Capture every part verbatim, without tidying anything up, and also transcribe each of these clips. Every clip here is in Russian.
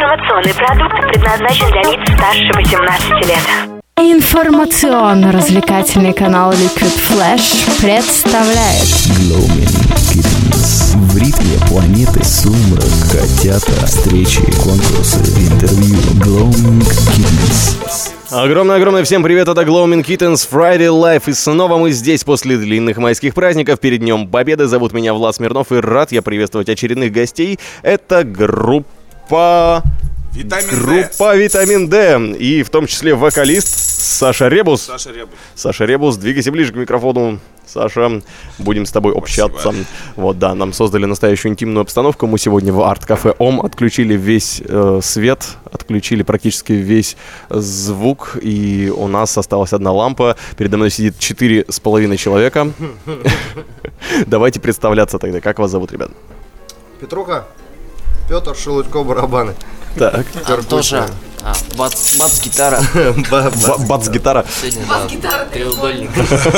Информационный продукт предназначен для лиц старше восемнадцати лет. Информационно-развлекательный канал Liquid Flash представляет Gloaming Kittens. В ритме планеты сумрак, котята, встречи, конкурсы, интервью. Gloaming Kittens. Огромное-огромное всем привет, это Gloaming Kittens, Friday Live. И снова мы здесь после длинных майских праздников, перед Днем Победы. Зовут меня Влад Смирнов, и рад я приветствовать очередных гостей. Это группа... Витамин Группа Д. Витамин Д. И в том числе вокалист Саша Ребус. Саша Ребус. Саша Ребус, двигайся ближе к микрофону. Саша, будем с тобой общаться. Спасибо. Вот, да, нам создали настоящую интимную обстановку. Мы сегодня в арт-кафе Ом отключили весь э, свет, отключили практически весь звук, и у нас осталась одна лампа. Передо мной сидит четыре с половиной человека. Давайте представляться тогда. Как вас зовут, ребят? Петруха, Петр, Шелудько, барабаны. Так. Антоша, а, бац, бац-гитара. Бац-гитара. Сегодня, да, треугольник.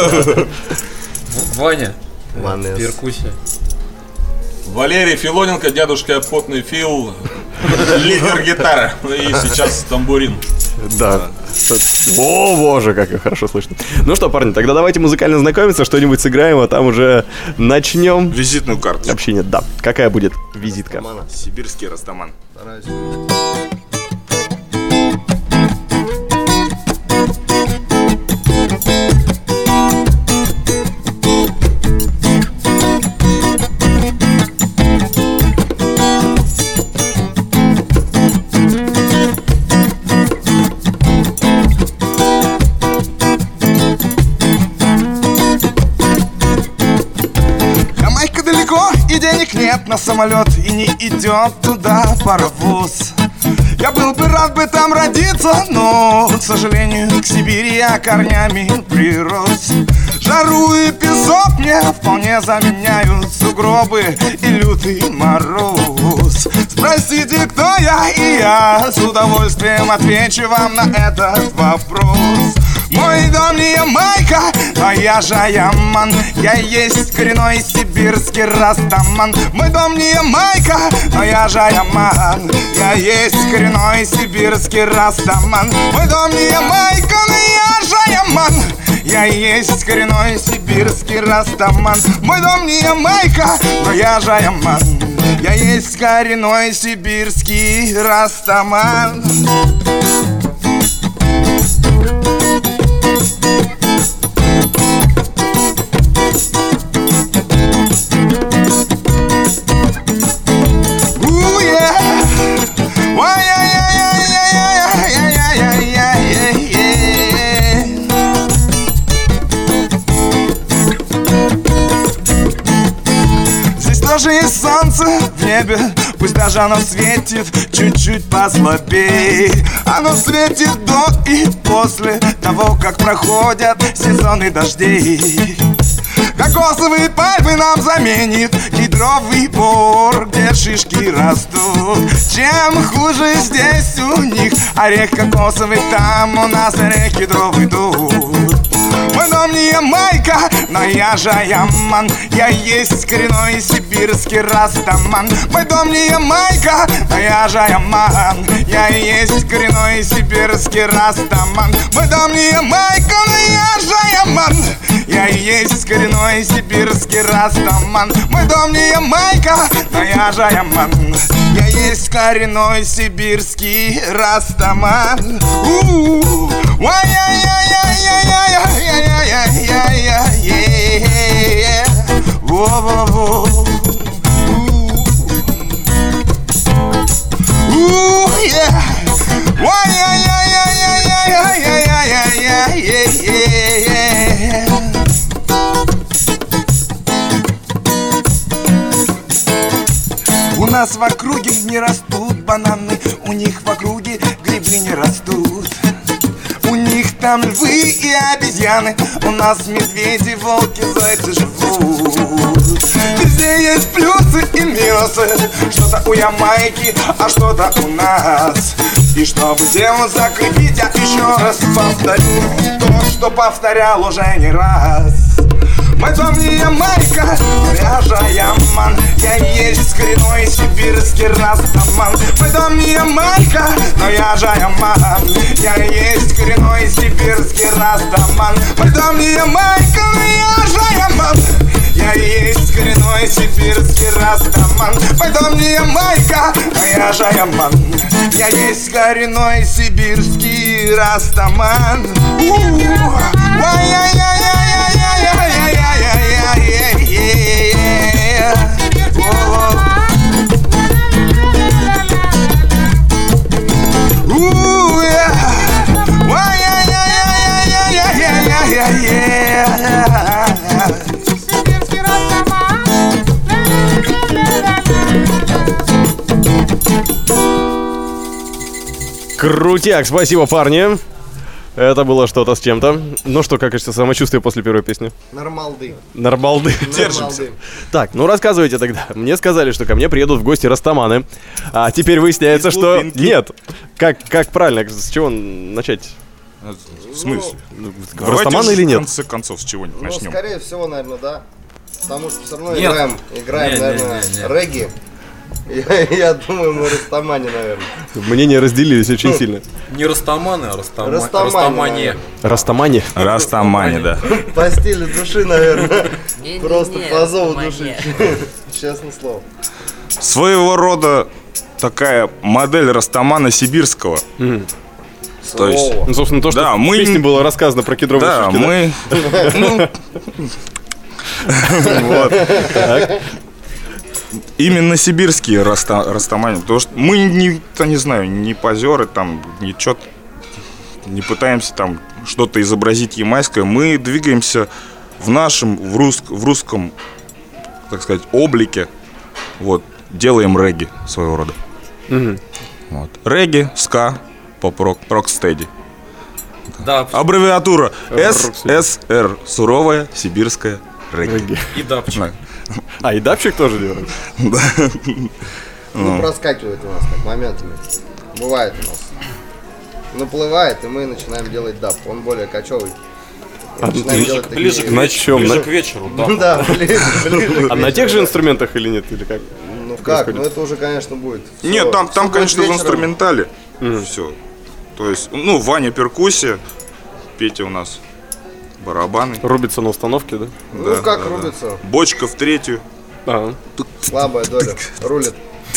Ваня, Ванес. перкуссия. Валерий Филоненко, дядушка Потный Фил, лидер гитары. И сейчас тамбурин. Да. О, боже, как хорошо слышно. Ну что, парни, тогда давайте музыкально знакомиться, что-нибудь сыграем, а там уже начнем. Визитную карту. Общение, да. Какая будет визитка? Сибирский Растаман. Ямайка далеко и денег нет на самолет, и не идет туда паровоз. Я был бы рад бы там родиться, но, к сожалению, к Сибири я корнями прирос. Жару и песок мне вполне заменяют сугробы и лютый мороз. Спросите, кто я, и я с удовольствием отвечу вам на этот вопрос. Мой дом не Ямайка, но я же Яман. Я есть коренной сибирский растаман. Мой дом не Ямайка, но я же Яман. Я есть коренной сибирский растаман. Мой дом не Ямайка, но я же Яман. Я есть коренной сибирский растаман. Мой дом не Ямайка, но я же Яман. Я есть коренной сибирский растаман. Тоже есть солнце в небе, пусть даже оно светит чуть-чуть послабее. Оно светит до и после того, как проходят сезоны дождей. Кокосовые пальмы нам заменит кедровый бор, где шишки растут. Чем хуже здесь у них орех кокосовый, там у нас орех кедровый дует. Мой дом не Ямайка, но я же Яман. Я есть коренной сибирский растаман. Мой дом не Ямайка, но я же Яман. Я есть коренной сибирский растаман. Мой дом не Ямайка, но я же Яман. Я есть коренной сибирский растаман. Мой дом не Ямайка, но я же Яман. Я есть коренной сибирский растаман. У-у-у. У нас в округе не растут бананы, у них в округе грибы не растут. У них там львы и обезьяны, у нас медведи, волки, зайцы живут. Везде есть плюсы и минусы, что-то у Ямайки, а что-то у нас. И чтобы тему закрепить, я еще раз повторю то, что повторял уже не раз. Мой дом не Ямайка, но я же Яман. Я есть коренной сибирский растаман. Мой дом не Ямайка, но я же Яман. Я есть коренной сибирский растаман. Мой дом не Ямайка, но я же Яман. Я есть коренной сибирский растаман. Мой дом не Ямайка, но я же Яман. Я есть коренной сибирский растаман. Крутяк, спасибо, парни. Это было что-то с чем-то. Ну что, как кажется, самочувствие после первой песни? Нормалды. Нормалды. Держимся. Так, ну рассказывайте тогда. Мне сказали, что ко мне приедут в гости растаманы. А теперь выясняется, что... Нет. Как, как правильно? С чего начать? В смысле? Ну, растаманы или нет? В конце концов, с чего-нибудь Ну, начнем. скорее всего, наверное, да. Потому что все равно Нет. играем, играем, Не, не, наверное, не, не. регги. Я, я думаю, мы растамане, наверное. Мнения разделились очень сильно. Не Растаманы, а Растама... Растамане, Растамане. Растамане. Растамане, да. По стилю души, наверное. Не-не-не, Просто по зову Растамане. души. Честное слово. Своего рода такая модель Растамана сибирского. То есть, Слово. Ну, собственно, то, что Да, в мы- песне было рассказано про кедровые да, шишки. мы... ну, вот. Именно сибирские раста, растамане. Потому что мы не, да, не знаю, не позеры, там, ничего, не пытаемся там что-то изобразить ямайское. Мы двигаемся в нашем, в, рус, в русском, так сказать, облике. Вот, делаем регги своего рода. Мгм. Вот. Регги, ска, поп-рок, рок-стеди. Да, Аббревиатура эс Рок-стеди. эс эр. Суровая сибирская регги. Регги. и дапчик. Да. А, и дапчик тоже делают? Ну, проскакивает у нас так моментами. Бывает у нас. Наплывает, и мы начинаем делать даб. Он более кочевый. И начинаем делать такие- Ближе к На вечеру, чем? ближе На- к вечеру, да. Да, ближе, ближе. А на тех же инструментах или нет? Или как? Ну как, происходит? ну это уже, конечно, будет. Всё- Нет, там, всё там будет конечно, в вечером. инструментале все. То есть, ну, Ваня перкуссия, Петя у нас барабаны. Рубится на установке, да? Ну Да, как да, да. рубится? Бочка в третью. А. Слабая доля. Рулит.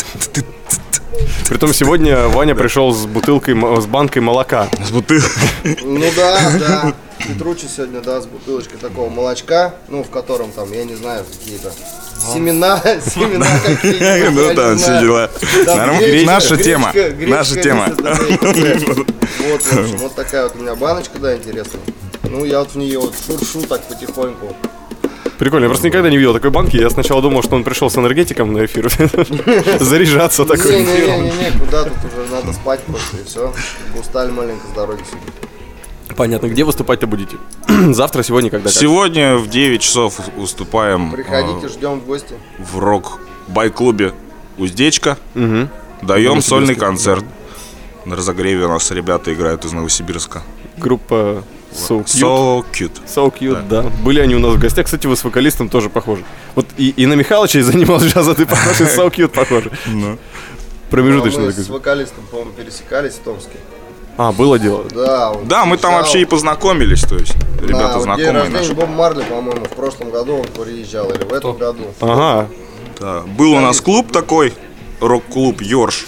Притом сегодня Ваня пришел с бутылкой, мо- с банкой молока. С бутылкой. Ну да, да. Петручи сегодня, да, с бутылочкой такого молочка, ну, в котором там, я не знаю, какие-то семена, семена какие-то. я Ну не там все знаю. дела. Там Норм- гречка, Наша гречка, тема. гречка Наша тема. вместе с этой- Вот, в общем, вот такая вот у меня баночка, да, интересная. Ну, я вот в нее вот шуршу так потихоньку. Прикольно, я просто никогда не видел такой банки. Я сначала думал, что он пришел с энергетиком на эфир. Заряжаться такой. Не-не-не, куда тут уже надо спать просто и все. Устали маленько с дороги сегодня. Понятно, где выступать-то будете? Завтра, сегодня, когда? как? Сегодня в девять часов выступаем Приходите, э, ждем в гости. в рок-бай-клубе «Уздечка». Мгм. Даем сольный Новосибирске. концерт. На разогреве у нас ребята играют из Новосибирска. Группа So Cute. So cute. So Cute, да. Были они у нас в гостях. Кстати, вы с вокалистом тоже похожи. Вот и, и на Михалыча из Animal Jazz ты похож, и So Cute похожи. Ну. Промежуточно Ну, мы такой. с вокалистом, по-моему, пересекались в Томске. А, было дело. Да, он Да, мы там приезжал. вообще и познакомились, то есть ребята На день знакомые рождения наши. Боба Марли, по-моему, в прошлом году он приезжал, или в этом году. Ага. Да. Был у нас клуб такой, рок-клуб «Йорш».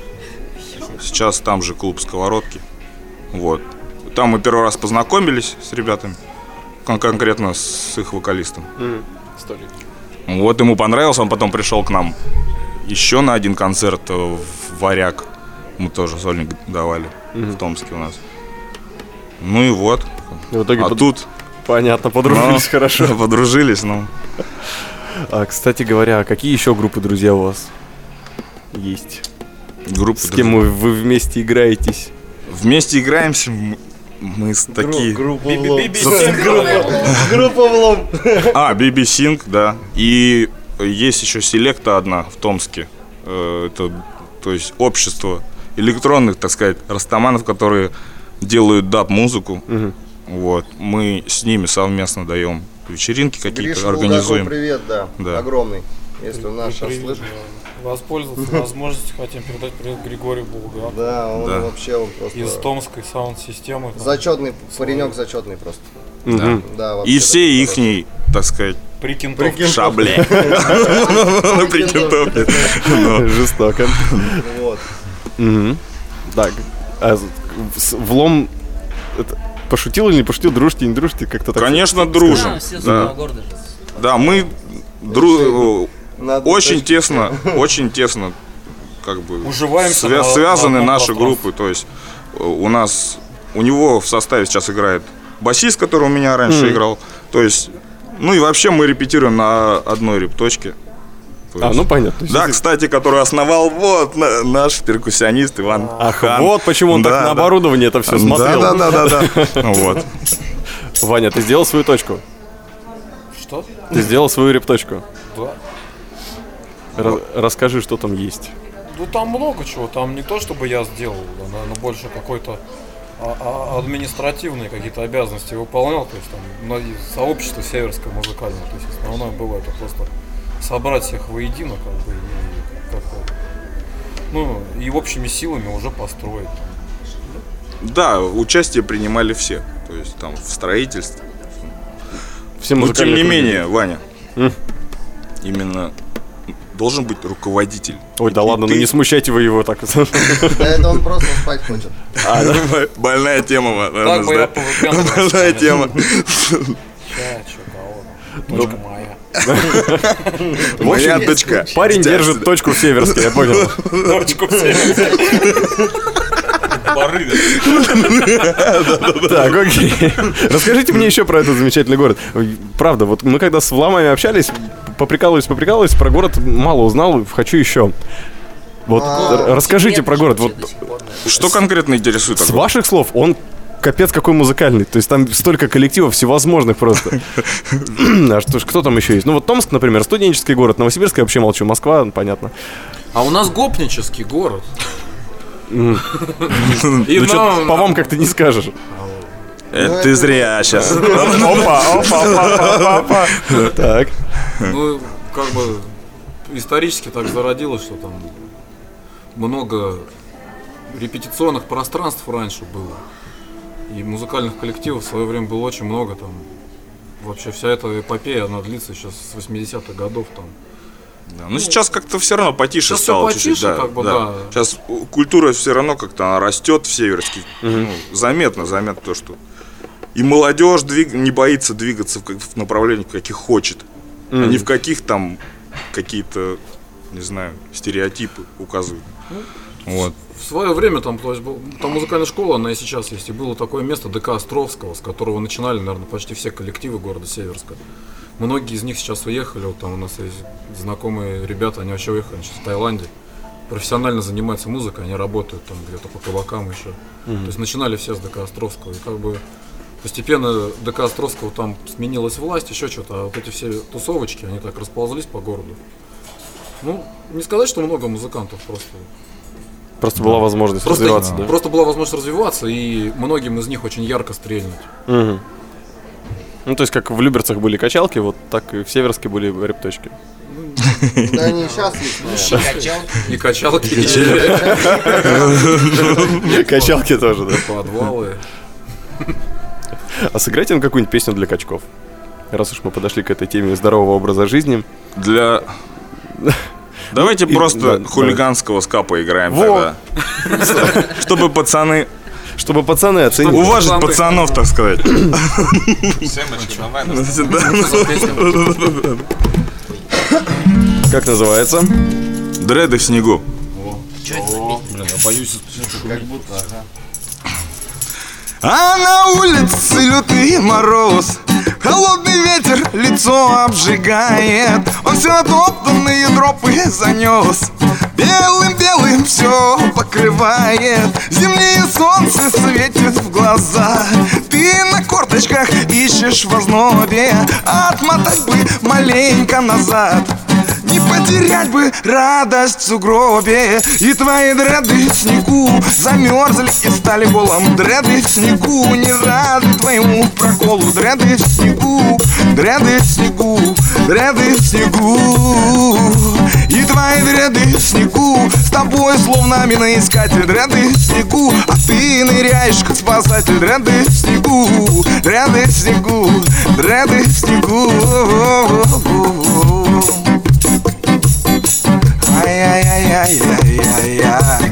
Сейчас там же клуб «Сковородки». Вот. Там мы первый раз познакомились с ребятами, кон- конкретно с их вокалистом. Столик. Вот ему понравился, он потом пришел к нам еще на один концерт э, в «Варяг». Мы тоже сольник давали в Томске у нас. Ну и вот. В итоге А под- тут Понятно, подружились ну, хорошо. Подружились, ну. А, кстати говоря, какие еще группы, друзья, у вас есть? Группа. С кем вы, вы вместе играетесь? Вместе играемся. м- Мы с такие. Группа Влом. Со- Группа Влом. А, би би Sing, да. И есть еще селекта одна в Томске. Э, Это, то есть, общество электронных, так сказать, растаманов, которые делают даб-музыку. Вот. Мы с ними совместно даем вечеринки какие-то Гриша организуем. Булгаков, привет, да, Да. огромный. Если он нас сейчас Привет, слышит. да. Воспользоваться возможностью хотим передать привет Григорию Булгакову. Да, он Да. вообще он просто Из Томской саунд-системы. там. зачетный, паренек зачетный просто. Мгм. Да, вообще И все такой ихние, так сказать, Прикинтов. шабли. Прикинтовки. Ну, Жестоко. хороший. Вот. Мгм. Так, а с- влом это пошутил или не пошутил, дружите, не дружите, как-то так? Конечно, дружим. Да. Да, мы дру- Надо очень точно- тесно, очень тесно как бы Уживаемся свя- на- связаны на одном наши пространстве. группы. То есть э, у нас, у него в составе сейчас играет басист, который у меня раньше Мгм. играл. То есть, ну и вообще мы репетируем на одной репточке. То А, есть- ну понятно. То есть Да, это- кстати, который основал вот на- наш перкуссионист Иван. Ах, Хан. вот почему он Да, так на да. оборудование это все смотрел. Да, да, да, да, да. Вот. Ваня, ты сделал свою точку? Что? Ты сделал свою репточку? Да. Ра- расскажи, что там есть. Ну там много чего, там не то чтобы я сделал, да, наверное, больше какой-то а- а- административные какие-то обязанности выполнял, то есть там на- и сообщество северское музыкальное, то есть основное было это просто собрать всех воедино, как бы, и как-то, ну, и общими силами уже построить. Да, участие принимали все. То есть там в строительстве. Все Но тем музыкальные не круги. менее, Ваня, М. именно должен быть руководитель. Ой, да И ладно, ну ты- не смущайте вы его так. Да, это он просто спать хочет. Больная тема, Так бы я наверное, повыпендривался, больная конечно. тема. Ща, чё, кого? Точка моя. В общем, Моя дочка. Парень Дитя держит отсюда. точку в Северске, я понял. Точку все. Порыве. Так, окей. Расскажите мне еще про этот замечательный город. Правда, вот мы когда с Вламами общались, поприкалывались, поприкалывались, про город мало узнал, хочу еще. Вот А, р- расскажите про город. Вот Что конкретно интересует? с ваших слов он капец какой музыкальный. То есть там столько коллективов всевозможных просто. А что ж, кто там еще есть? Ну вот Томск, например, студенческий город. Новосибирск я вообще молчу. Москва, ну, понятно. А у нас гопнический город. И Ну что, нам- по вам как-то не скажешь. Это ты зря сейчас. Опа, опа, опа, опа. Так. Ну, как бы исторически так зародилось, что там много репетиционных пространств раньше было. И музыкальных коллективов в свое время было очень много там. Вообще вся эта эпопея, она длится сейчас с восьмидесятых годов там. Да, ну сейчас как-то все равно потише Сейчас стало всё чуть-чуть. потише, Да, как бы, да. да. Сейчас культура все равно как-то она растет в Северске. Ну, заметно, заметно то, что и молодежь двиг... не боится двигаться в, как- в направлениях, в каких хочет. А не в каких там какие-то, не знаю, стереотипы указывают. Вот. В свое время там, то есть, был- там музыкальная школа, она и сейчас есть. И было такое место ДК Островского, с которого начинали, наверное, почти все коллективы города Северска. Многие из них сейчас уехали, вот там у нас есть знакомые ребята, они вообще уехали сейчас в Таиланде. Профессионально занимаются музыкой, они работают там где-то по кабакам еще. То есть начинали все с ДК Островского. И как бы постепенно ДК Островского там сменилась власть, еще что-то, а вот эти все тусовочки, они так расползлись по городу. Ну, не сказать, что много музыкантов, просто Просто была возможность Просто, развиваться, да? просто была возможность развиваться, и многим из них очень ярко стрельнуть. Мгм. Ну, то есть, как в Люберцах были качалки, вот так и в Северске были репточки. Да они и сейчас есть, наверное. И качалки, и Качалки тоже, да. подвалы. А сыграйте нам какую-нибудь песню для качков. Раз уж мы подошли к этой теме здорового образа жизни. Для... Давайте И- просто да, хулиганского ска поиграем Во! тогда. Чтобы пацаны... Чтобы пацаны оценили. Уважить пацаны- пацанов, так сказать. Семочка, давай. Как называется? Дреды в снегу. Блин, я боюсь. А на улице лютый мороз, холодный ветер лицо обжигает. Он все отоптанные дропы занес, белым-белым все покрывает. Зимнее солнце светит в глаза, ты на корточках ищешь в ознобе, отмотать бы маленько назад. Не потерять бы радость в сугробе. И твои дреды в снегу замерзли и стали голом. Дреды в снегу не рады твоему проколу. Дреды в снегу, дреды в снегу, дреды в снегу. И твои дреды в снегу с тобой словно миноискатель. Дреды в снегу, а ты ныряешь как спасатель. Дреды в снегу, дреды в снегу, дреды в снегу. Ай-яй-яй-яй-яй-яй-яй.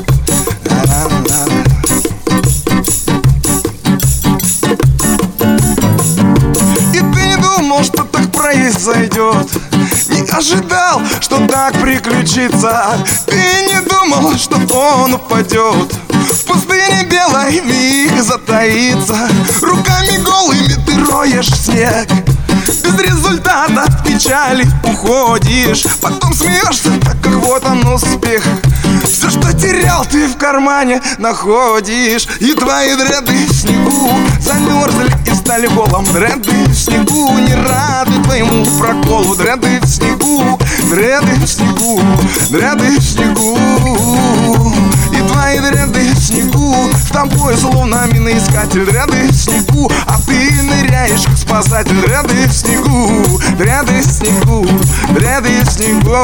И ты не думал, что так произойдет. Не ожидал, что так приключится. Ты не думал, что он упадет. В пустыне белой миг затаится. Руками голыми ты роешь снег. Без результата в печали уходишь. Потом смеешься, так как вот он успех. Все, что терял, ты в кармане находишь. И твои дреды в снегу замерзли и стали голом. Дреды в снегу не рады твоему проколу. Дреды в снегу, дреды в снегу, дреды в снегу. И твои дреды в снегу с тобой словно миноискатель. Дреды в снегу, а ты ныряешь как спасатель. Дреды в снегу, дреды в снегу, дреды в снегу.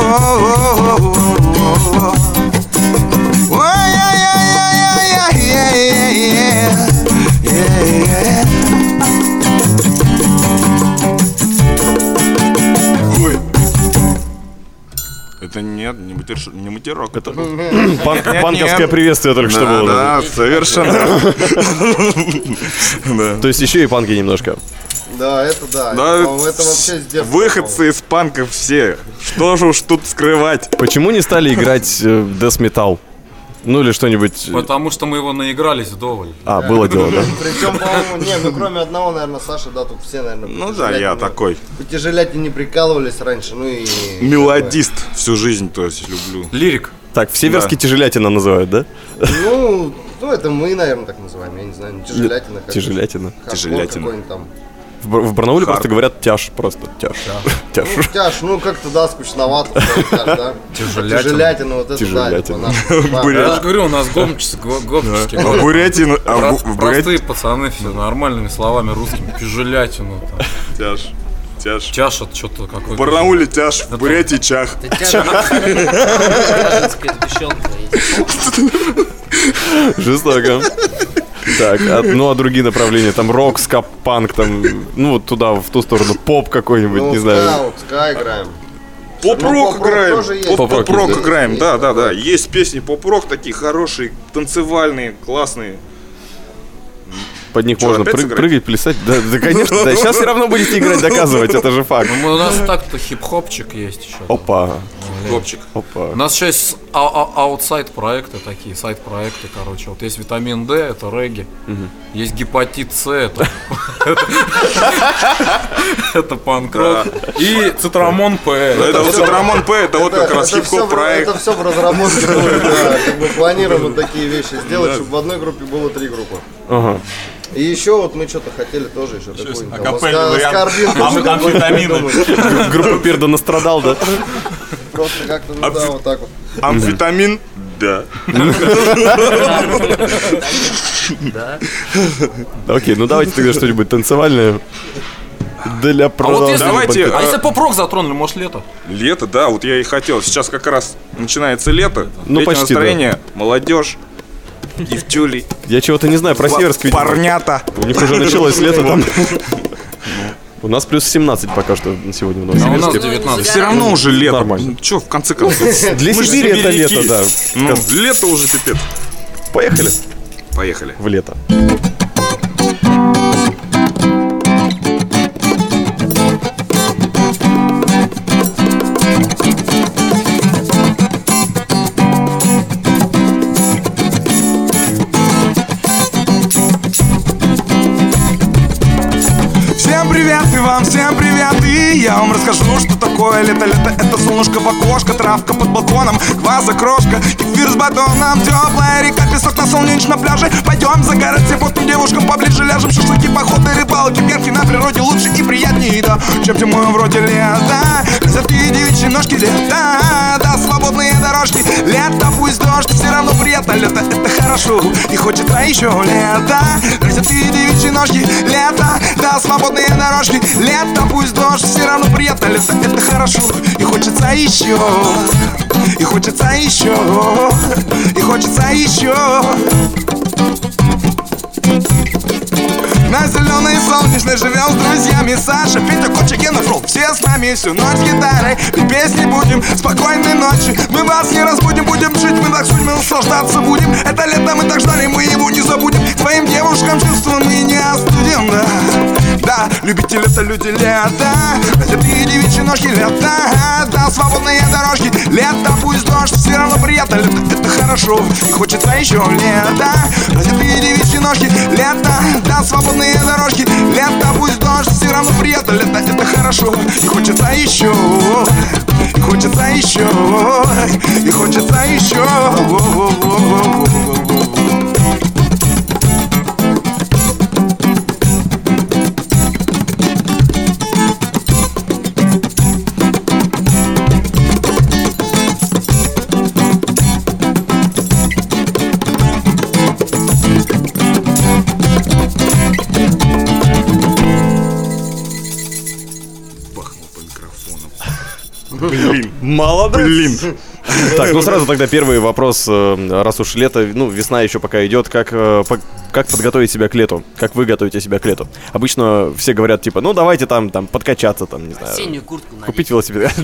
Ой. Это нет, не, матер... не матерок. Это пан- панковское приветствие только что да, было. Да, совершенно. То есть еще и панки немножко. Да, это да. Да, Это, это вообще с детства. выходцы из панков все. Что же уж тут скрывать? Почему не стали играть э, Death Metal? Ну или что-нибудь. Потому что мы его наигрались вдоволь. А, было дело, да? Причем, по-моему, не, ну кроме одного, наверное, Саши, да, тут все, наверное, Ну да, я такой. Потяжеляти не прикалывались раньше, ну и... Мелодист всю жизнь, то есть, люблю. Лирик. Так, в Северске тяжелятина называют, да? Ну, ну, это мы, наверное, так называем, я не знаю, не тяжелятина. как- Тяжелятина. хардкор Тяжелятина. какой-нибудь там. В, Бар- в Барнауле Хард. просто говорят тяж, просто тяж. Тяж. Ну, тяж, ну как-то, да, скучновато, сказать так, да. Тяжелятина. Тяжелятина, вот это Тяжелятина. да, типа, наш- Я же говорю, у нас гомческий, гомческий А в город. Бурятии, ну, а в Про- Бу- в Бурятии Простые пацаны все нормальными словами русскими. Тяжелятину там. тяж, тяж. Чаш от что-то какой-то. В Барнауле тяж, в Бурятии чах. Женская сгущенка есть. Жестоко. Так, а, ну а другие направления, там рок, ска, панк, там, ну вот туда, в ту сторону, поп какой-нибудь, Ну, не знаю. ска, вот, ска играем. Поп-рок Ну, поп-рок играем. тоже есть. Поп- Поп-рок Поп-рок есть, да? играем, Есть, да, да, поп-рок. да. Есть песни поп-рок такие хорошие, танцевальные, классные. Под них Чё, можно опять прыг- сыграть? прыгать, плясать. Да, да, конечно, да. Сейчас все равно будете играть, доказывать, это же факт. Ну, мы- у нас так-то хип-хопчик есть еще. Опа, Хлопчик. опа. У нас еще есть а- а- аутсайд проекты такие, сайт-проекты, короче. Вот есть витамин D, это регги. Есть гепатит С, это это панк-рок. И цитрамон П. Это вот Рамон П, это вот как Это- раз это всё хип-хоп в- проект. Это все в разработке будет, да. Как бы планируем вот такие вещи сделать, чтобы в одной группе было три группы. Ага. И еще вот мы что-то хотели тоже еще такую там, акапельный ска- вариант. скорбинку Ам- какую-то амфетамины. придумать. Группа Пирда настрадал, да? Просто как-то, ну да, вот так вот. Амфетамин? Да. Да. Окей, ну давайте тогда что-нибудь танцевальное. Для А вот продолжения. если, Давайте, а а- если поп-рок затронули, может лето? Лето, да, вот я и хотел. Сейчас как раз начинается лето. Ну, летнее почти, да. настроение, молодежь, девчули, Я чего-то не знаю про Северск. видимо. парнята. У них уже началось лето там. У нас плюс семнадцать пока что на сегодня в А у нас Новосибирске. девятнадцать. Все равно уже лето. Нормально. Ну, чё, в конце концов. Для Мы же Сибири это сибиряки. лето, да. Ну, лето уже пипец. Поехали Поехали. в лето. Всем привет, ты вам всем привет. И я вам расскажу, что такое лето. Лето — это солнышко в окошко, травка под балконом, кваса, крошка, кефир с батоном, теплая река, песок на солнечном пляже. Пойдем загорать все фотным девушкам поближе. Ляжем, шашлыки, походы, рыбалки, пьянки на природе. Лучше и приятнее, да, чем зимой вроде лета. Красоты девичьи ножки, лето, да, свободные дорожки. Лето, пусть дождь, все равно приятно. Лето — это хорошо, и хочется еще лето. Красоты девичьи ножки, лето, да, свободные дорожки. Лето, пусть дождь, все равно приятно. Лето — это хорошо, и хочется еще, и хочется еще, и хочется еще. На зеленой солнечной живем с друзьями. Саша, Петя, Коча, Гена, Фрол. Все с нами всю ночь с гитарой петь песни будем. Спокойной ночи, мы вас не разбудим. Будем жить, мы так жить, мы наслаждаться будем. Это лето мы так ждали, мы его не забудем. Своим девушкам чувства мы не остудим, да. Да, любители это люди лета. Разлитые девичьи ножки, лето. Да, свободные дорожки. Лето, пусть дождь, все равно приятно. Лето — это хорошо, и хочется еще лето. Разлитые девичьи ножки, лето. Да, свободные дорожки. Лето, пусть дождь, все равно приятно. Лето — это хорошо, и хочется еще, и хочется еще, и хочется еще. Блин. Молодец. Блин. Так, ну сразу тогда первый вопрос, э, раз уж лето, ну весна еще пока идет, как, э, по- как подготовить себя к лету? Как вы готовите себя к лету? Обычно все говорят типа, ну давайте там, там подкачаться, там, не знаю. Осеннюю куртку надеть. Купить велосипед.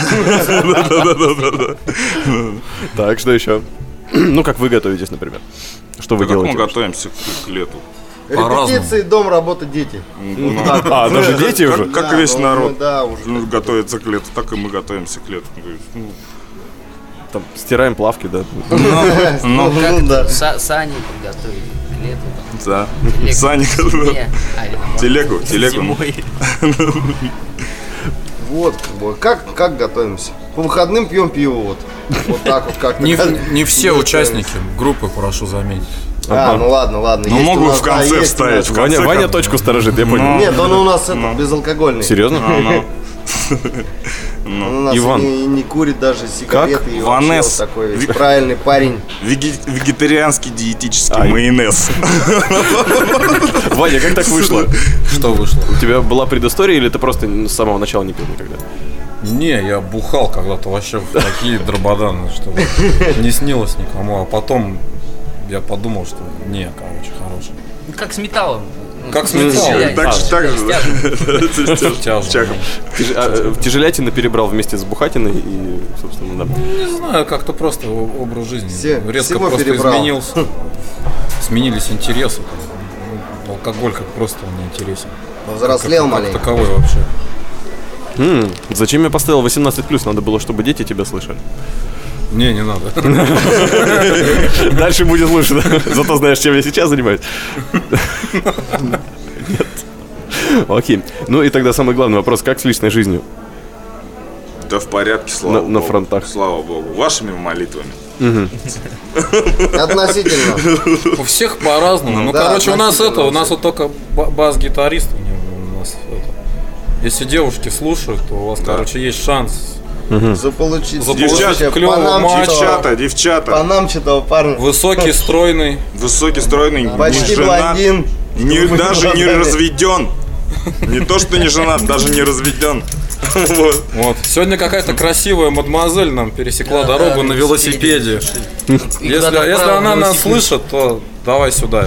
Так, что еще? Ну как вы готовитесь, например? Что вы Как мы делаете? готовимся к, к лету? Репетиции, дом, работа, дети. Ну, А, даже дети как, уже? как Да, весь ну, народ да, уже ну, как- готовится к лету, так и мы готовимся к лету. То есть, ну, Там, стираем плавки, да. Ну, Как да. са- сани подготовить к лету. да. Телегу Саня, к зиме, а, или наоборот, телегу, к телегу. ну. зимой. Вот, как бы, как, как готовимся? По выходным пьем пиво, вот. Вот так вот как-то. Не, как- не все готовимся. участники группы, прошу заметить. А, ну ладно, ладно. Ну, есть у могу нас, в да, конце есть у вставить. нас. В конце Ваня, Ваня как- точку сторожит, я понял. Нет, он у нас это, безалкогольный. Серьезно? А, Он у нас Иван. не, не курит даже сигареты. И вообще Ванесс. вот такой Ви- правильный парень. ну, веге- вегетарианский диетический Ай. майонез. Ваня, как так вышло? Что вышло? У тебя была предыстория или ты просто с самого начала не пил никогда? Не, я бухал когда-то вообще в такие дрободаны, что не снилось никому. А потом я подумал, что не, короче, хороший. Ну, как с металлом. Ну, Как с ну, металлом. тяжелее, Так же, так тяжелее. же. Тяжело. Чаком. Тяж- а, э, Тяжелятина перебрал вместе с Бухатиной и, собственно, да. Не знаю, как-то просто о- образ жизни Все- резко всего просто перебрал. изменился. Сменились интересы. Ну, алкоголь как просто он не интересен. Повзрослел как, как маленько. таковой вообще. М, Зачем я поставил восемнадцать плюс? Надо было, чтобы дети тебя слышали. Не, не надо. Дальше будет лучше, да? Зато знаешь, чем я сейчас занимаюсь. Нет. Окей. Ну и тогда самый главный вопрос. Как с личной жизнью? Да в порядке, слава На- богу. на фронтах. Слава богу. Вашими молитвами. Относительно. У всех по-разному. Ну, Да, короче, у нас относительно это, у нас всех. вот только ба- бас-гитарист. У него- у нас это. Если девушки слушают, то у вас, короче, есть шанс Заполучить. Заполучить Девчата, клёвого панамчатого- мальчика. Девчата, девчата. Панамчатого парня. высокий, стройный. Высокий, стройный, Почти не женат, блондин. не- Мы даже не узнали. разведен. Не то, что не женат, даже не разведен. Вот. Вот. Сегодня какая-то красивая мадемуазель нам пересекла Да, дорогу да, на велосипеде. И Если, куда-то если вправо она нас велосипед. слышит, то давай сюда.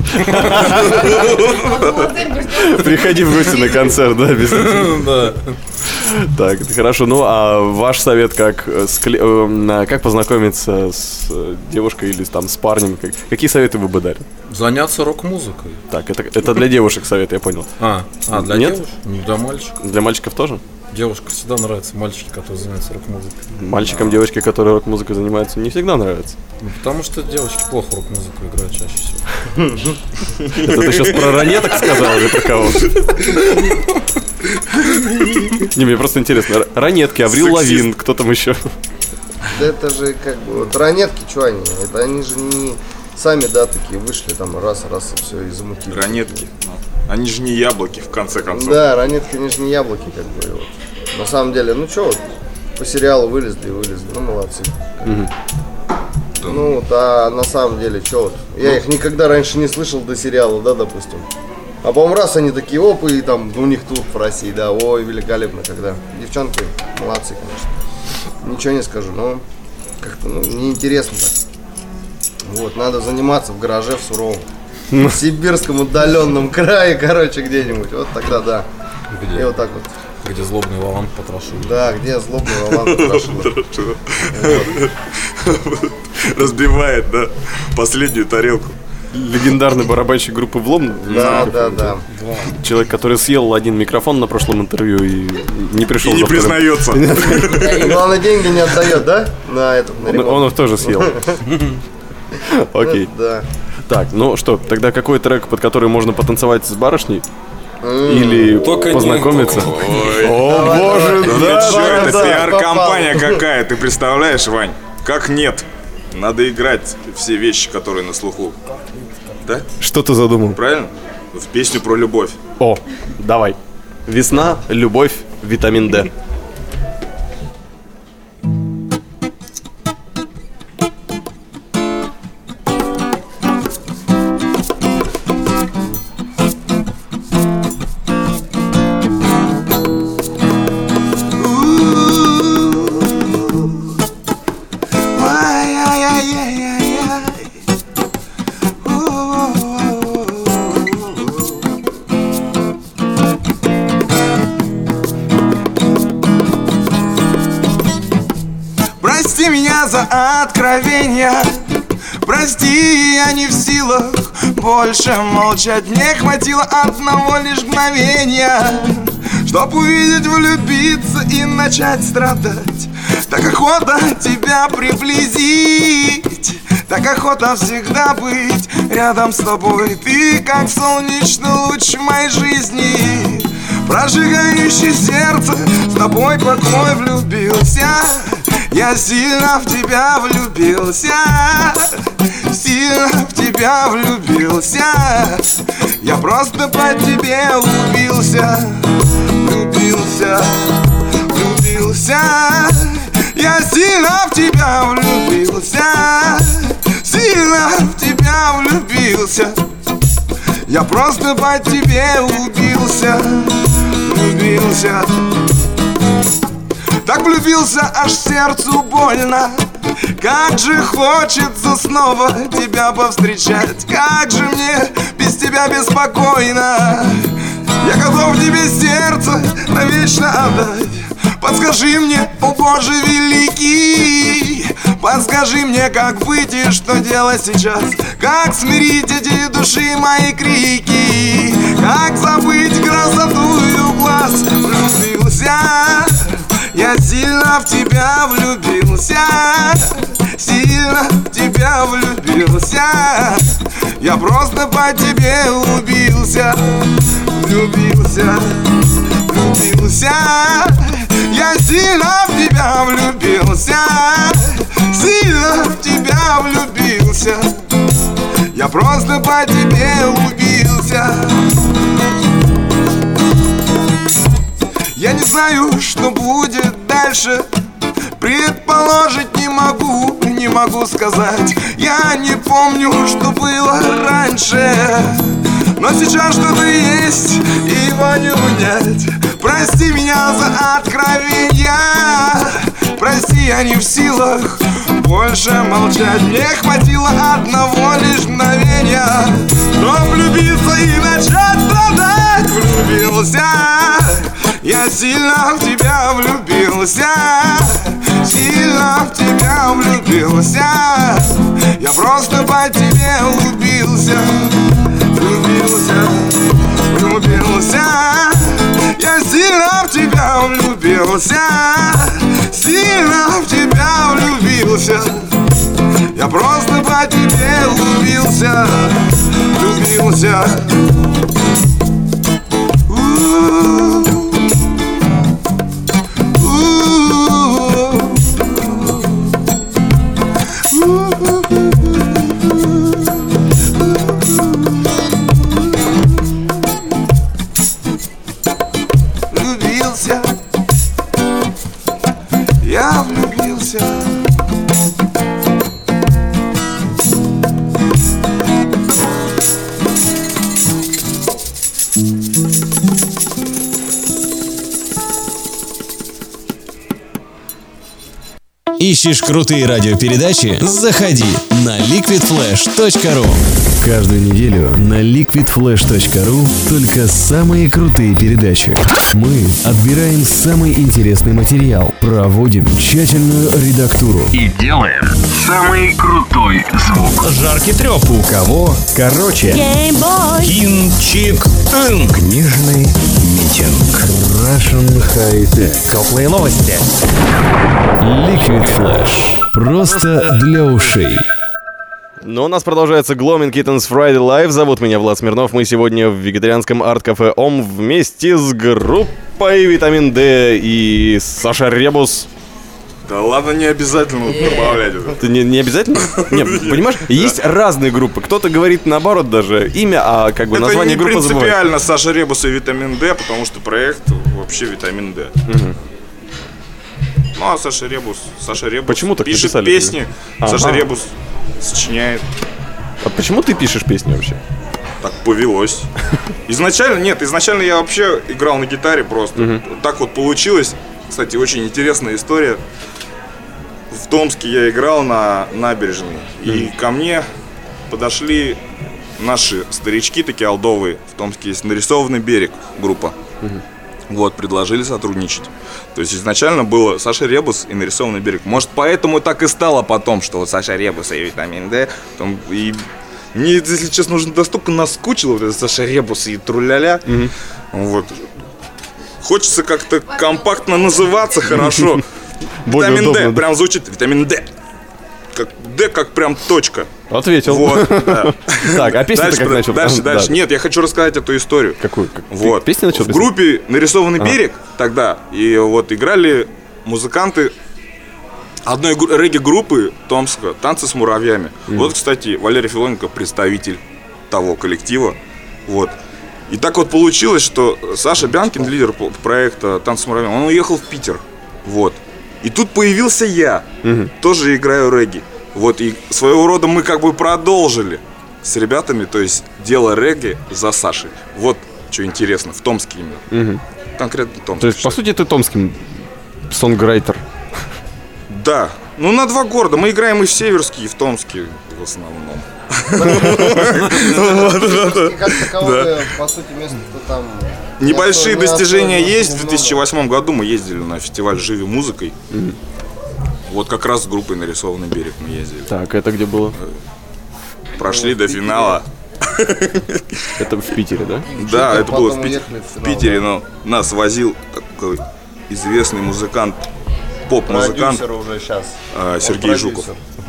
Приходи в гости на концерт, да, без... Да. Так, это хорошо. Ну, а ваш совет, как, э, с кле- э, на- как познакомиться с э, девушкой или там с парнем? Как- Какие советы вы бы дали? Заняться рок-музыкой. Так, это, это для девушек совет, я понял. А, а для Нет? девушек? Не для мальчиков. Для мальчиков тоже? Девушкам всегда нравятся мальчики, которые занимаются рок-музыкой. Мальчикам девочки, которые рок-музыкой занимаются, не всегда нравится. Ну, потому что девочки плохо рок-музыку играют чаще всего. Это ты сейчас про ранеток сказал или про кого? Не, мне просто интересно. Р- Ранетки, Аврил Лавин, кто там еще? Да это же как бы, вот ранетки, что они? Это они же не сами, да, такие вышли там раз, раз и все, и замутили. Ранетки. Они же не яблоки, в конце концов. Да, ранетки, они же не яблоки, как бы. Вот. На самом деле, ну что, вот, по сериалу вылезли, вылезли, ну молодцы. Мгм. Ну вот, а на самом деле, что вот, я их никогда раньше не слышал до сериала, да, допустим. А по-моему, раз они такие, оп, и там у них тур в России, да, ой, великолепно, когда. Девчонки, молодцы, конечно. Ничего не скажу, но как-то, ну, неинтересно так. Вот, надо заниматься в гараже, в суровом. В сибирском отдаленном крае, короче, где-нибудь. Вот тогда да. Где? И вот так вот. Где злобный Вован потрошил. Да, где злобный Вован потрошил. Разбивает, да, последнюю тарелку. Легендарный барабанщик группы «Влом». Да, да, да. Человек, который съел один микрофон на прошлом интервью и не пришел. И не за вторым. признается. Главное, деньги не отдает, да? На этот, на Он, ремонт. он их тоже съел. Окей. Да. Так, ну что, тогда какой трек, под который можно потанцевать с барышней? Или Только не- познакомиться? Ой. О, боже, Да да, ты чё, да, это да. пиар-компания какая, ты представляешь, Вань? Как нет? Надо играть все вещи, которые на слуху. Да? Что ты задумал? Правильно? В песню про любовь. О, давай. Весна, любовь, витамин D. Прости меня за откровения, прости, я не в силах больше молчать. Мне хватило одного лишь мгновения, чтоб увидеть, влюбиться и начать страдать. Так охота тебя приблизить, так охота всегда быть рядом с тобой. Ты как солнечный луч в моей жизни, прожигающий сердце, с тобой покой влюбился. Я сильно в тебя влюбился, сильно в тебя влюбился. Я просто по тебе влюбился, влюбился, влюбился. Я сильно в тебя влюбился, сильно в тебя влюбился. Я просто по тебе убился, влюбился. Так влюбился, аж сердцу больно. Как же хочется снова тебя повстречать. Как же мне без тебя беспокойно. Я готов тебе сердце навечно отдать. Подскажи мне, о Боже великий, подскажи мне, как быть и что делать сейчас. Как смирить эти души мои крики, как забыть красоту ее глаз. Влюбился, я сильно в тебя влюбился, сильно в тебя влюбился. Я просто по тебе убился, влюбился, влюбился. Я сильно в тебя влюбился, сильно в тебя влюбился. Я просто по тебе убился. Я не знаю, что будет дальше, предположить не могу, не могу сказать. Я не помню, что было раньше, но сейчас что-то есть, и его не унять. Прости меня за откровения, прости, я не в силах больше молчать. Мне хватило одного лишь мгновения, чтоб влюбиться и начать страдать. Влюбился, я сильно в тебя влюбился, сильно в тебя влюбился. Я просто по тебе убился, влюбился, влюбился. Я сильно в тебя влюбился, сильно в тебя влюбился. Я просто по тебе влюбился, влюбился. У-у-у. Ищешь крутые радиопередачи? Заходи на ликвид флэш точка ру. Каждую неделю на ликвид флэш точка ру только самые крутые передачи. Мы отбираем самый интересный материал, проводим тщательную редактуру и делаем самый крутой звук. Жаркий трёп. У кого короче. Кинчик. Книжный митинг. Russian High Tech. Теплые новости. Liquid Flash. Просто для ушей. Но у нас продолжается Gloaming Kittens Friday Live. Зовут меня Влад Смирнов. Мы сегодня в вегетарианском арт-кафе Ом вместе с группой Витамин Д и Саша Ребус. Да ладно, не обязательно добавлять это. Это не, не обязательно? Нет, понимаешь, есть разные группы. Кто-то говорит наоборот даже имя, а как бы это название группы забывает. Это не принципиально Саша Ребус и Витамин Д, потому что проект вообще Витамин Д. Угу. Ну а Саша Ребус, Саша Ребус почему так пишет написали, песни, ага. Саша Ребус сочиняет. А почему ты пишешь песни вообще? Так повелось. Изначально, нет, изначально я вообще играл на гитаре просто. Угу. Так вот получилось. Кстати, очень интересная история. В Томске я играл на набережной, mm-hmm. и ко мне подошли наши старички такие олдовые. В Томске есть «Нарисованный берег» группа. Mm-hmm. Вот, предложили сотрудничать. То есть изначально было Саша Ребус и «Нарисованный берег». Может, поэтому так и стало потом, что вот Саша Ребус и Витамин Д. Там, и мне, если честно, уже настолько наскучило вот это Саша Ребус и тру-ля-ля. Mm-hmm. Вот. Хочется как-то компактно называться хорошо. Витамин Д, прям звучит Витамин Д. Как Д, как прям точка. Ответил. Вот, да. Так, а песня-то как начал? Дальше, дальше. Да. Нет, я хочу рассказать эту историю. Какую? Как? Вот. Песня начал? В группе «Нарисованный ага. берег» тогда, и вот играли музыканты одной регги-группы Томска «Танцы с муравьями». Mm. Вот, кстати, Валерий Филоненко представитель того коллектива. Вот. И так вот получилось, что Саша Бянкин, лидер проекта «Танцы с муравьями», он уехал в Питер. Вот. И тут появился я, угу. тоже играю регги. Вот, и своего рода мы как бы продолжили с ребятами, то есть дело регги за Сашей. Вот что интересно, в Томске именно. Угу. Конкретно Томск. То есть, по сути, ты томский сонграйтер. Да. Ну, на два города. Мы играем и в Северске, и в Томске в основном. Как таковое, по сути, место-то там... Небольшие достижения есть. В две тысячи восьмом году мы ездили на фестиваль «Живи музыкой». Mm-hmm. Вот как раз с группой «Нарисованный берег» мы ездили. Так, это где было? Прошли до финала. Это в Питере, да? Да, это было в Питере, но нас возил такой известный музыкант, поп-музыкант Сергей Жуков.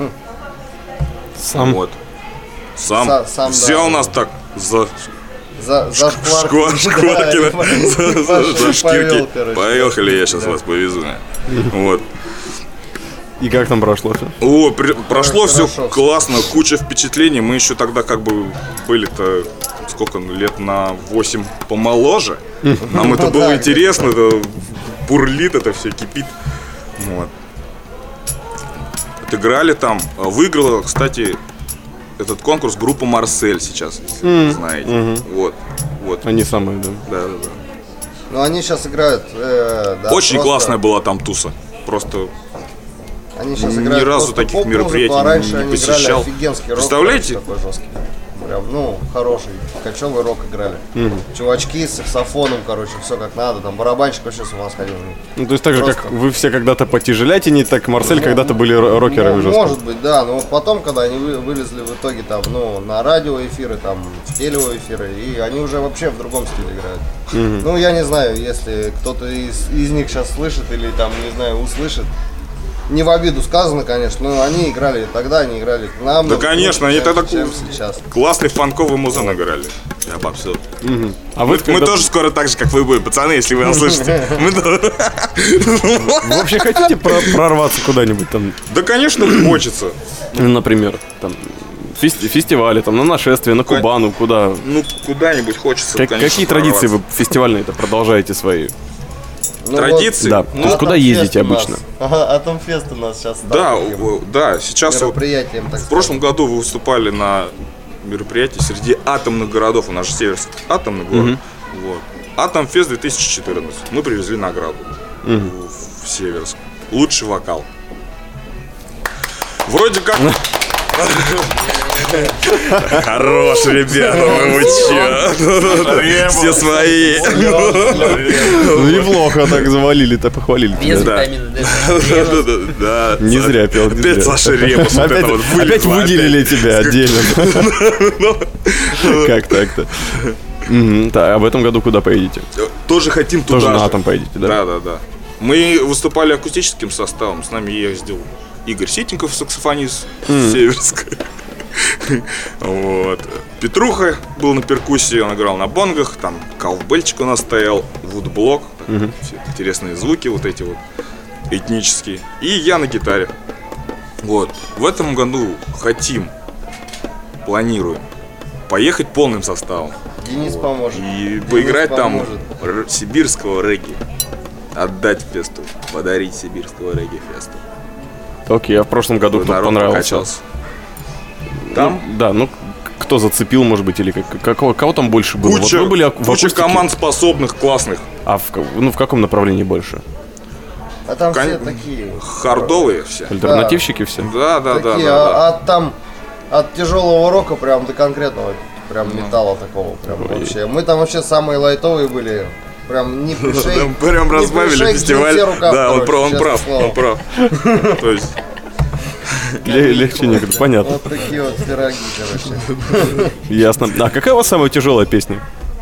Сам? Вот. Сам взял нас так за... За, за шкварки, шкварки, за, за, за шкирки. Поехали, я сейчас да. вас повезу. Вот. И как там прошло все? О, при, прошло все классно, куча впечатлений. Мы еще тогда как бы были-то сколько лет на восемь помоложе. Нам это было интересно, это бурлит, это все кипит. Вот. Отыграли там, выиграла, кстати, этот конкурс группа Марсель сейчас, если mm. вы знаете. Mm-hmm. Вот, вот. Они самые, да. Да, да, да. Ну они сейчас играют. Э, да, очень просто... классная была там туса. Просто они сейчас ни играют разу таких мероприятий а раньше не они посещал. Офигенский рок. Представляете? Такой жесткий. Прям, ну, хороший, кочевый рок играли. Mm-hmm. Чувачки с саксофоном, короче, все как надо. Там барабанщик вообще с ума сходил. Ну, то есть так же, просто... как вы все когда-то потяжелятине, так Марсель ну, когда-то были рокерами ну, жестко. Может быть, да. Но потом, когда они вылезли в итоге там, ну, на радиоэфиры, там, в телеэфиры, и они уже вообще в другом стиле играют. Mm-hmm. Ну, я не знаю, если кто-то из, из них сейчас слышит или там, не знаю, услышит. Не в обиду сказано, конечно, но они играли тогда, они играли к нам. Да, конечно, они тогда сейчас. Классный фанковый музон играли. Я попсу. Угу. А мы, когда... мы тоже скоро так же, как вы будем, пацаны, если вы нас слышите. Вы вообще хотите прорваться куда-нибудь там? Да, конечно, хочется. Например, там фестивали, там на нашествие, на Кубану, куда? Ну, куда-нибудь хочется. Какие традиции вы фестивальные-то продолжаете свои? Ну, традиции. Да. Ну, а куда ездите обычно? Ага, Атомфест у нас сейчас. Да, да, сейчас мероприятием, так в прошлом году вы выступали на мероприятии среди атомных городов. У нас же Северск атомный город. Угу. Вот. Атомфест две тысячи четырнадцать. Мы привезли награду угу. в Северск. Лучший вокал. Вроде как... Хорош, ребята, вы че? Все свои. Неплохо так завалили-то, похвалили. Да. Не зря пел. Опять Саша Ребус. Опять выделили тебя отдельно. Как так-то? Так, а в этом году куда поедете? Тоже хотим туда же. Тоже на Атом поедете, да? Да, да, да. Мы выступали акустическим составом. С нами ездил Игорь Ситников, саксофонист Северска. Вот. Петруха был на перкуссии, он играл на бонгах, там калбельчик у нас стоял, вудблок, Мгм. все интересные звуки вот эти вот этнические. И я на гитаре. Вот. В этом году хотим, планируем поехать полным составом. Денис поможет. И Денис поиграть там поможет. р- сибирского регги. Отдать фесту, подарить сибирского регги-фесту. Окей, а в прошлом году кто Народ понравился? покачался. Там? Ну, да, ну кто зацепил, может быть, или как, какого, кого там больше было? Куча, Вот вы были ак- в куча акустике. команд способных, классных. А в, ка- ну, в каком направлении больше? А там Кон- все такие. Хардовые все. Альтернативщики все? Да, да, да, Такие, да, да. а, от там от тяжелого рока прям до конкретного прям металла такого прям вообще. Мы там вообще самые лайтовые были. Прям не пришей. Прям не разбавили пришей, фестиваль. все рукав, Да, он короче, прав, он честное прав, слово. он прав. То есть Ле- Легче некуда, понятно. Вот такие вот пироги, короче. Ясно. А какая у вас самая тяжелая песня?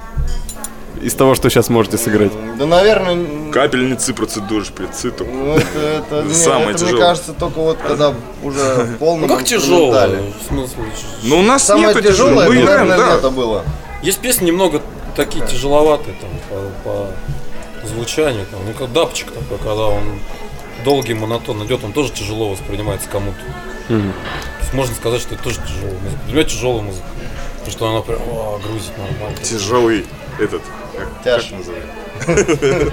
Из того, что сейчас можете сыграть? Да, наверное, капельницы, процедуры, шприцы. ну, это, это, не, Самое это мне тяжелое. кажется, только вот когда уже в полном Ну как инструментале. тяжело? В смысле? Ну у нас Самое нету тяжелое, тяжелого. Мы это, играем, наверное, да. это было. Есть песни немного такие тяжеловатые там по, по звучанию. Там. Ну как дапчик такой, когда он долгий монотон идет, он тоже тяжело воспринимается кому-то. Мгм. То есть можно сказать, что это тоже тяжелая музыка. Для меня тяжелая музыка. Потому что она прям о, грузит нормально. Тяжелый этот. Как, Тяж. как называется?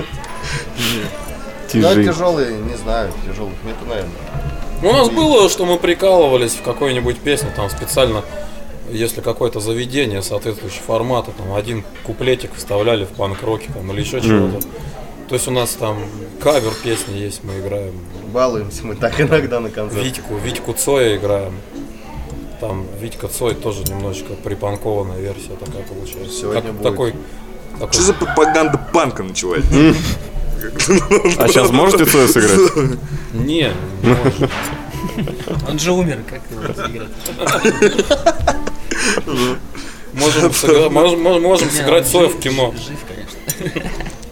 Ну, Тяжи. тяжелые, не знаю, тяжелых нету, наверное. Ну, у нас было, что мы прикалывались в какой-нибудь песне, там специально, если какое-то заведение соответствующего формата, там один куплетик вставляли в панк-роке там, или еще чего-то. То есть у нас там кавер песни есть, мы играем. Балуемся мы так иногда на концерте. Витьку, Витьку Цоя играем. Там Витька Цой тоже немножечко припанкованная версия такая получается. Сегодня Как- будет. такой, такой. Что за пропаганда панка началась? А сейчас можете Цоя сыграть? Не, не может. Он же умер, как его сыграть? Можем, сыгра- можем, можем- можем Не, сыграть он Цоя жив- в кино. Жив, конечно.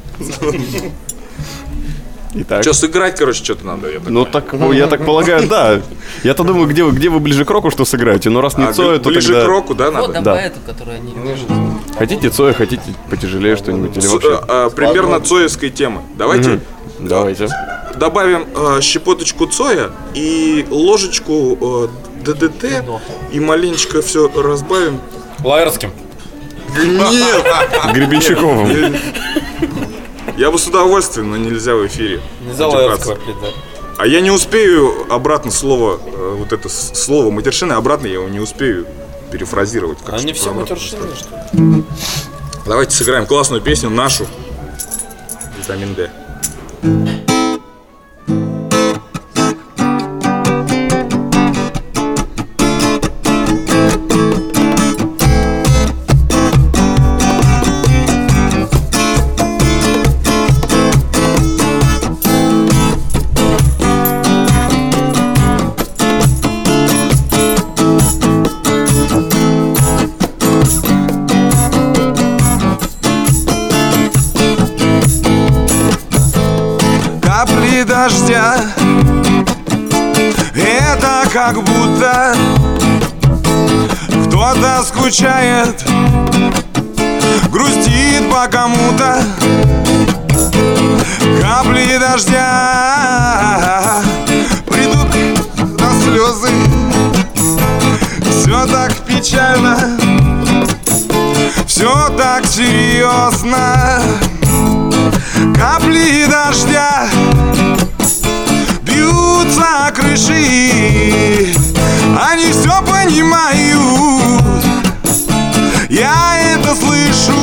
Итак. Что, сыграть, короче, что-то надо. Я так Ну так, ну, я так полагаю, да. Я-то думаю, где вы, где вы ближе к року что сыграете? Но раз не А, Цоя, то ближе тогда... к року, да, Вот надо? там Да. поэту, который они пишут. Хотите Цоя, хотите потяжелее что-нибудь? Или С- вообще? а, примерно цоевская тема. Давайте Мгм. Давайте. добавим э, щепоточку Цоя и ложечку э, ДДТ и маленечко все разбавим. Лаерским. Нет! Гребенщиковым. Я бы с удовольствием, но нельзя в эфире. Нельзя матюкаться. Лаерского петь, да. А я не успею обратно слово, э, вот это с- слово матершины, обратно я его не успею перефразировать. как Они что все обратно матершины, сказать. что ли? Давайте сыграем классную песню нашу. Витамин Д. Капли дождя, это как будто кто-то скучает, грустит по кому-то. Капли дождя придут на слезы, все так печально, все так серьезно. Капли дождя бьются о крыши, они все понимают, я это слышу.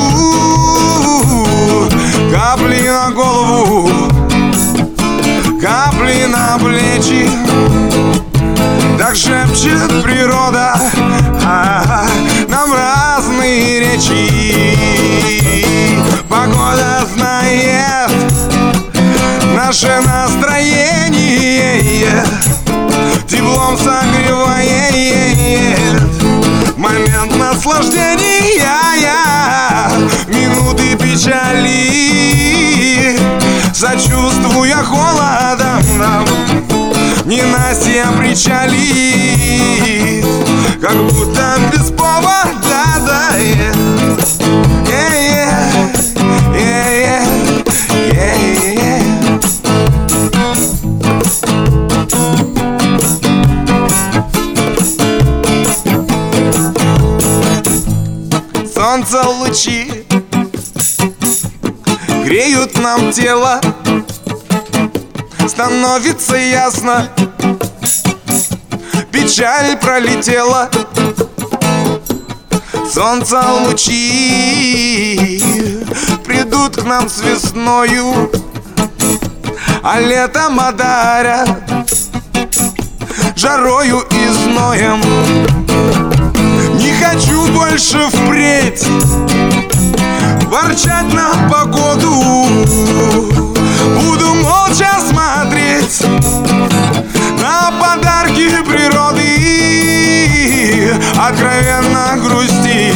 Капли на голову, капли на плечи, Так шепчет природа а, нам разные речи. Погода знает наше настроение, теплом согревает момент наслаждения, минуты печали, сочувствуя холодом нам, ненастье причалит, как будто без повода, да, yeah. Yeah, yeah, yeah, yeah, yeah. Солнце лучи греют нам тело, становится ясно, печаль пролетела. Солнце лучи придут к нам с весною, а летом одарят жарою и зноем. Не хочу больше впредь ворчать на погоду, буду молча смотреть на подарки природы, откровенно грусти,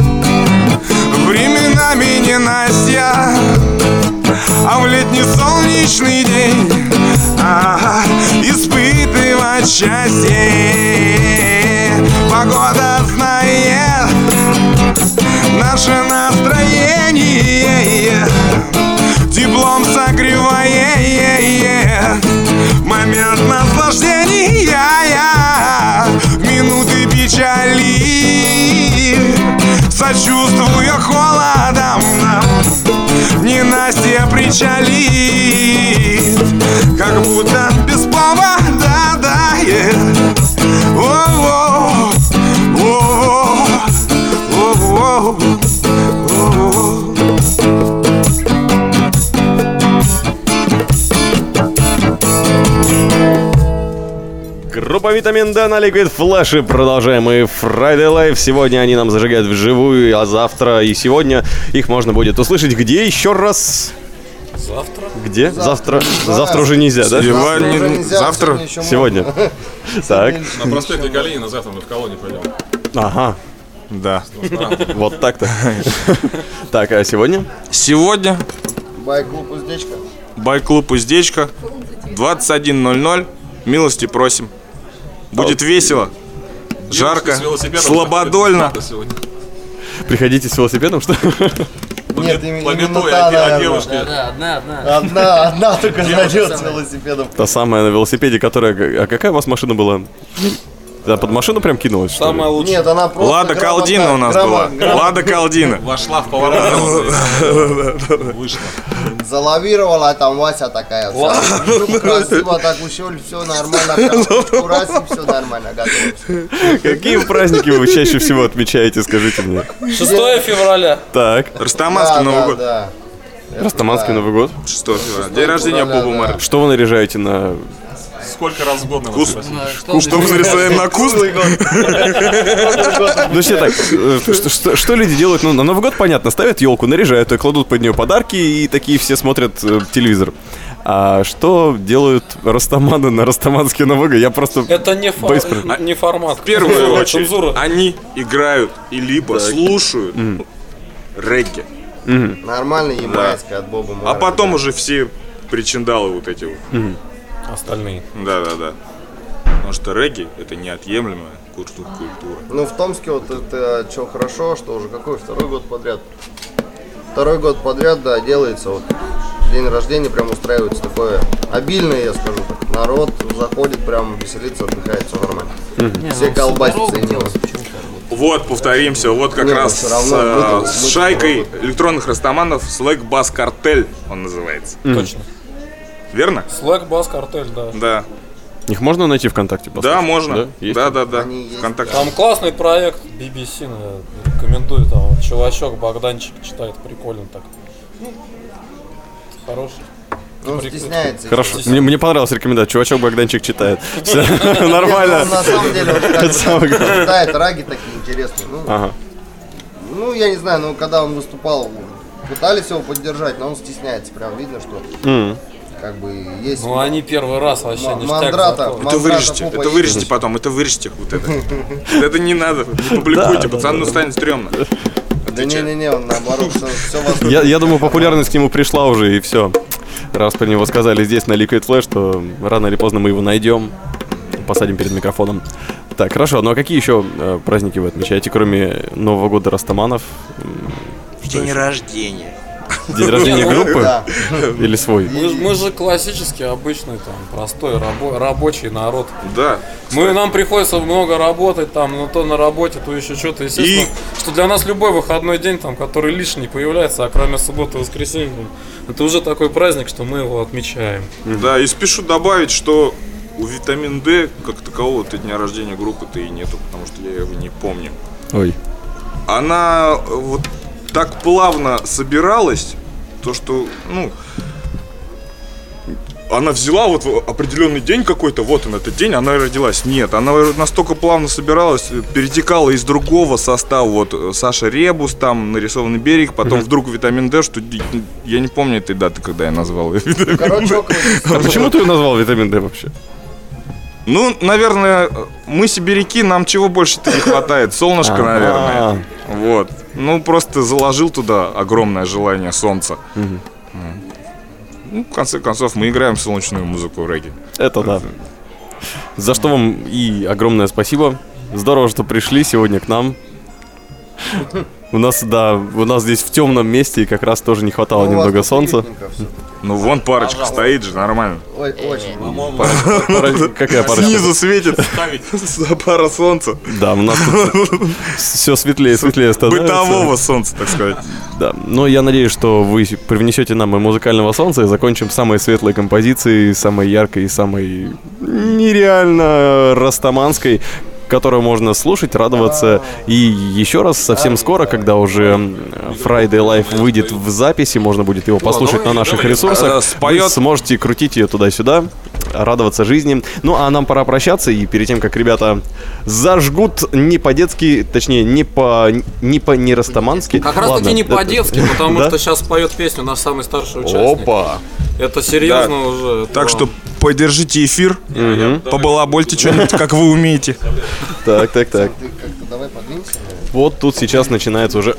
временами ненастья, а в летний солнечный день а, испытывать счастье. Погода знает наше настроение, теплом согревает момент наслаждения, минуты печали, сочувствуя холодом нам, ненастье причалит, как будто без повода, да, yeah. О-о-о, о-о-о, о-о-о. Группа Витамин D на Liquid Flash. Продолжаем мы Friday Live. Сегодня они нам зажигают вживую, а завтра и сегодня их можно будет услышать. Где еще раз? Завтра? Где? Завтра. Завтра, завтра уже нельзя, да? Завтра. нельзя, завтра. Сегодня. Так. На проспекте Калинина завтра мы в колонии пойдем. Ага. Да. Вот так-то. Так, а сегодня? Сегодня Байк-клуб «Уздечка». Байк-клуб «Уздечка». двадцать один ноль ноль. Милости просим. Будет весело, жарко, слабодольно. Приходите с велосипедом, что? Нет, именно та, Да, да, одна, одна. Одна, одна только зайдет с велосипедом. Та самая на велосипеде, которая... А какая у вас машина была? Да, под машину прям кинулась, что ли? Самая лучшая. Нет, она просто Лада Калдина у нас была. Лада Калдина. Вошла в поворот. Вышла. залавировала, там Вася такая. Все красиво, так ушел, все нормально. Раз, и все нормально, готово. Какие праздники вы чаще всего отмечаете, скажите мне? шестое февраля. Так. Растаманский Новый год. Да. Растаманский Новый год. шестого февраля. День рождения Бобы Мары. Что вы наряжаете на... Сколько раз в год на вас спросить? Что мы нарисуем на куст? Ну все так, что, что, что люди делают? Ну, на Новый год, понятно, ставят елку, наряжают ее, кладут под нее подарки, и такие все смотрят э, телевизор. А что делают растаманы на растаманский Новый год? Я просто... Это не, фор... не формат. В первую очередь, они играют и либо так. слушают mm. регги. Mm. Нормально ямайская да. от Боба Мары. А потом да. уже все причиндалы вот эти вот. Mm. Остальные. Да-да-да. Потому что регги — это неотъемлемая культура. Ну, в Томске вот это что хорошо, что уже какой второй год подряд. Второй год подряд, да, делается вот. День рождения прям устраивается такое обильное, я скажу так. Народ заходит, прям веселится, отдыхает, все нормально. Mm-hmm. Все колбасятся и мило. Вот, повторимся, вот как Нет, раз с, мы, с мы, шайкой мы, электронных растаманов Slack Bass Cartel он называется. Mm. Точно. Верно? Slack Bass Cartel, да. Да. Их можно найти ВКонтакте? Да, можно. Да, да, да. да. ВКонтакте. Там классный проект би би си, рекомендую. Там чувачок Богданчик читает, прикольно так. Ну, хороший. Он стесняется. Хорошо. Мне, мне понравилась рекомендация. Чувачок Богданчик читает. Все нормально. На самом деле, он читает раги такие интересные. Ну, я не знаю, но когда он выступал, пытались его поддержать, но он стесняется. Прям видно, что как бы есть. Ну, они первый раз вообще не Мандрата. Это вырежьте, это вырежьте потом, это вырежьте вот это. Это не надо, не публикуйте, пацану станет стрёмно. Да не-не-не, он наоборот, все вас... Я, я думаю, популярность к нему пришла уже, и все. Раз про него сказали здесь на Liquid Flash, то рано или поздно мы его найдем, посадим перед микрофоном. Так, хорошо, ну а какие еще э, праздники вы отмечаете, кроме Нового года растаманов? День рождения. День рождения группы? Да. Или свой? Мы, мы же классический, обычный, там, простой, рабо- рабочий народ. Да. Мы, нам приходится много работать, там, ну то на работе, то еще что-то. Естественно, и... что для нас любой выходной день, там, который лишний появляется, а кроме субботы и воскресенья, это уже такой праздник, что мы его отмечаем. Да, и спешу добавить, что у Витамин D, как такового-то дня рождения группы-то и нету, потому что я его не помню. Ой. Она вот так плавно собиралась, то что, ну, она взяла вот в определенный день какой-то, вот он этот день, она родилась. Нет, она настолько плавно собиралась, перетекала из другого состава. Вот Саша Ребус, там Нарисованный берег, потом mm-hmm. вдруг Витамин D, что я не помню этой даты, когда я назвал ее Витамин Короче, а почему ты ее назвал Витамин D вообще? Ну, наверное, мы сибиряки, нам чего больше-то не хватает? Солнышко, наверное. Вот. Ну, просто заложил туда огромное желание солнца. Ну, в конце концов, мы играем солнечную музыку в регги. Это да. За что вам и огромное спасибо. Здорово, что пришли сегодня к нам. У нас, да, у нас здесь в темном месте и как раз тоже не хватало ну, немного солнца. Ну вон парочка Пожалуйста. Стоит же, нормально. Ой, очень. Пара, какая парочка? Снизу светит пара солнца. Да, у нас тут все светлее, светлее становится. Бытового солнца, так сказать. Да, но я надеюсь, что вы привнесете нам и музыкального солнца и закончим самой светлой композицией, самой яркой и самой нереально растаманской, которую можно слушать, радоваться. И еще раз, совсем скоро, когда уже Friday Live выйдет в записи, можно будет его послушать на наших ресурсах, вы сможете крутить ее туда-сюда, радоваться жизни. Ну, а нам пора прощаться, и перед тем, как ребята зажгут не по-детски, точнее, не по не по не растамански. Как раз таки не по-детски, потому что сейчас поет песню наш самый старший участник. Опа! Это серьезно уже. Так что поддержите эфир, побалабольте что-нибудь, как вы умеете. Так, так, так. Вот тут сейчас начинается уже...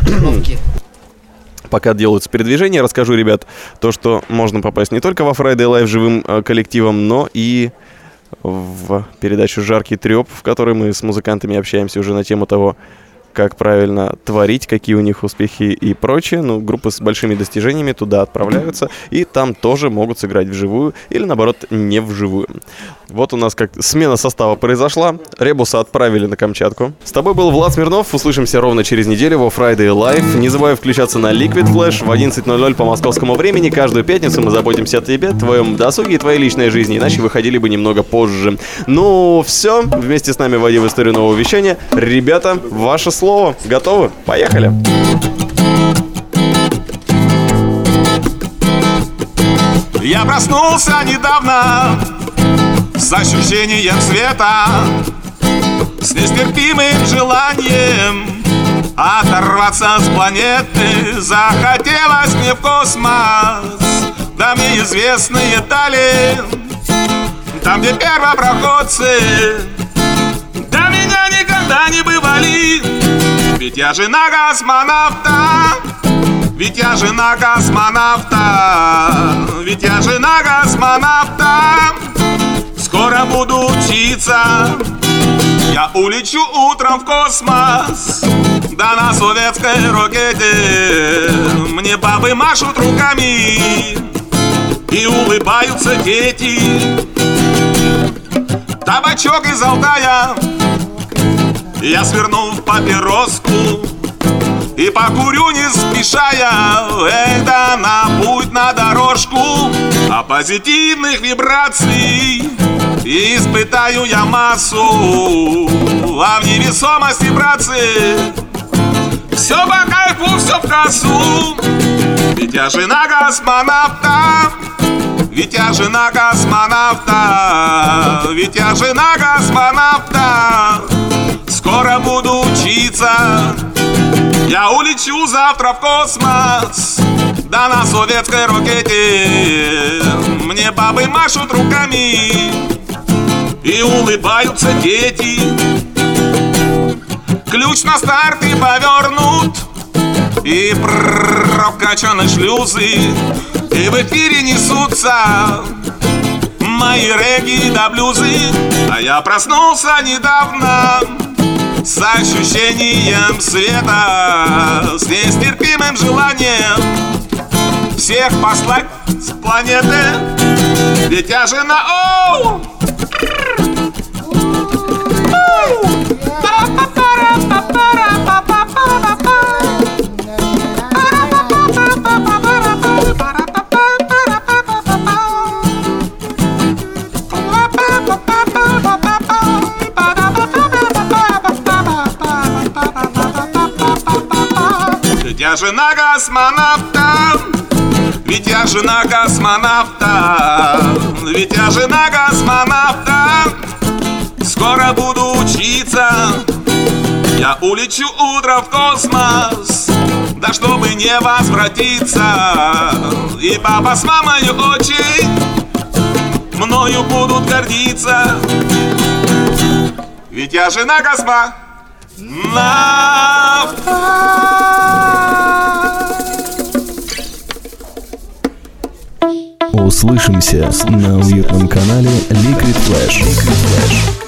Пока делаются передвижения, расскажу, ребят, то, что можно попасть не только во Friday Live живым э, коллективом, но и в передачу «Жаркий трёп», в которой мы с музыкантами общаемся уже на тему того, как правильно творить, какие у них успехи и прочее. Ну, группы с большими достижениями туда отправляются, и там тоже могут сыграть вживую или, наоборот, не вживую. Вот у нас как смена состава произошла. Ребуса отправили на Камчатку. С тобой был Влад Смирнов. Услышимся ровно через неделю во Friday Live. Не забывай включаться на Liquid Flash в одиннадцать ноль ноль по московскому времени. Каждую пятницу мы заботимся о тебе, твоем досуге и твоей личной жизни, иначе выходили бы немного позже. Ну, все. Вместе с нами войди в историю нового вещания. Ребята, ваше слово. Готовы? Поехали! Я проснулся недавно с ощущением света, с нестерпимым желанием оторваться с планеты. Захотелось мне в космос, да мне известные дали, там, где первопроходцы до меня никогда не бывали. Ведь я жена космонавта, ведь я жена космонавта, ведь я жена космонавта. Скоро буду учиться, я улечу утром в космос, да на советской ракете. Мне бабы машут руками и улыбаются дети. Табачок из Алтая я сверну в папироску и покурю не спешая. Это на путь, на дорожку, а позитивных вибраций и испытаю я массу. А в невесомости, братцы, Все по кайфу, все в косу. Ведь я жена космонавта. Ведь я жена космонавта. Ведь я жена космонавта. Скоро буду учиться. Я улечу завтра в космос. Да на советской ракете. Мне бабы машут руками и улыбаются дети. Ключ на старт и повернут, и прокачаны шлюзы, и в эфире несутся мои регги да блюзы. А я проснулся недавно с ощущением света, с нестерпимым желанием всех послать с планеты. Ведь я жена, оу! Ведь я жена космонавта. Ведь я жена космонавта. Ведь я жена космонавта. Скоро буду учиться. Я улечу утром в космос, да чтобы не возвратиться. И папа с мамой очень мною будут гордиться. Ведь я жена космонавта. Услышимся на уютном канале Liquid Flash. Liquid Flash.